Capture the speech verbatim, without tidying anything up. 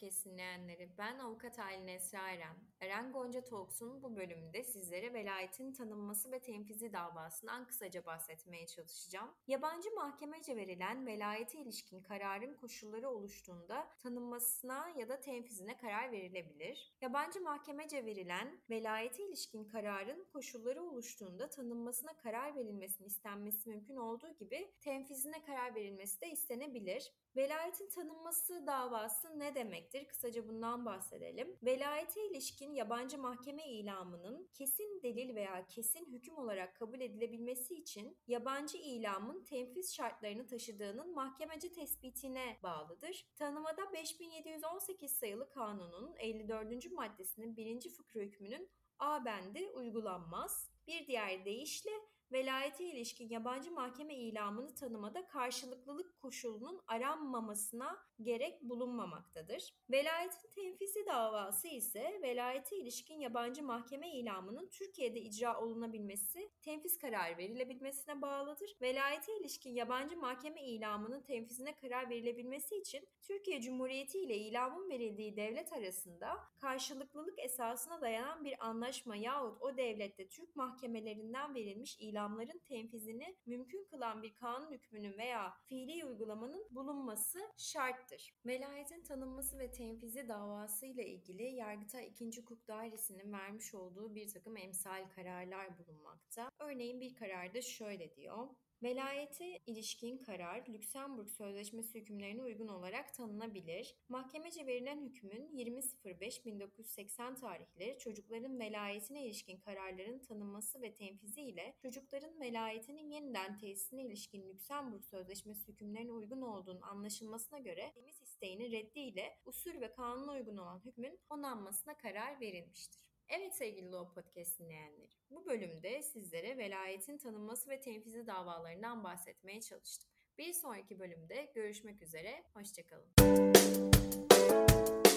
Podcast dinleyenleri, ben Avukat Aylin Esra Eren. Eren Gonca Talks'un bu bölümünde sizlere velayetin tanınması ve tenfizi davasından kısaca bahsetmeye çalışacağım. Yabancı mahkemece verilen velayete ilişkin kararın koşulları oluştuğunda tanınmasına ya da tenfizine karar verilebilir. Yabancı mahkemece verilen velayete ilişkin kararın koşulları oluştuğunda tanınmasına karar verilmesinin istenmesi mümkün olduğu gibi tenfizine karar verilmesi de istenebilir. Velayetin tanınması davası ne demektir? Kısaca bundan bahsedelim. Velayete ilişkin yabancı mahkeme ilamının kesin delil veya kesin hüküm olarak kabul edilebilmesi için yabancı ilamın tenfiz şartlarını taşıdığının mahkemece tespitine bağlıdır. Tanımada beş bin yedi yüz on sekiz sayılı kanunun elli dördüncü maddesinin birinci fıkra hükmünün A bendi uygulanmaz. Bir diğer deyişle velayete ilişkin yabancı mahkeme ilamını tanımada karşılıklılık koşulunun aranmamasına gerek bulunmamaktadır. Velayetin tenfizi davası ise velayete ilişkin yabancı mahkeme ilamının Türkiye'de icra olunabilmesi, tenfiz kararı verilebilmesine bağlıdır. Velayete ilişkin yabancı mahkeme ilamının tenfizine karar verilebilmesi için Türkiye Cumhuriyeti ile ilamın verildiği devlet arasında karşılıklılık esasına dayanan bir anlaşma yahut o devlette Türk mahkemelerinden verilmiş ilamların tenfizini mümkün kılan bir kanun hükmünün veya fiili uygulamanın bulunması şarttır. Velayetin tanınması ve tenfizi davası ile ilgili Yargıtay ikinci. Hukuk Dairesi'nin vermiş olduğu bir takım emsal kararlar bulunmakta. Örneğin bir kararda şöyle diyor: velayete ilişkin karar Lüksemburg Sözleşmesi hükümlerine uygun olarak tanınabilir. Mahkemece verilen hükmün yirmi beş bin dokuz yüz seksen tarihli çocukların velayetine ilişkin kararların tanınması ve tenfizi ile çocukların velayetinin yeniden tesisine ilişkin Lüksemburg Sözleşmesi hükümlerine uygun olduğunun anlaşılmasına göre temiz isteğinin reddiyle usul ve kanuna uygun olan hükmün onanmasına karar verilmiştir. Evet sevgili Law Podcast dinleyenleri, bu bölümde sizlere velayetin tanınması ve tenfizi davalarından bahsetmeye çalıştım. Bir sonraki bölümde görüşmek üzere, hoşça kalın.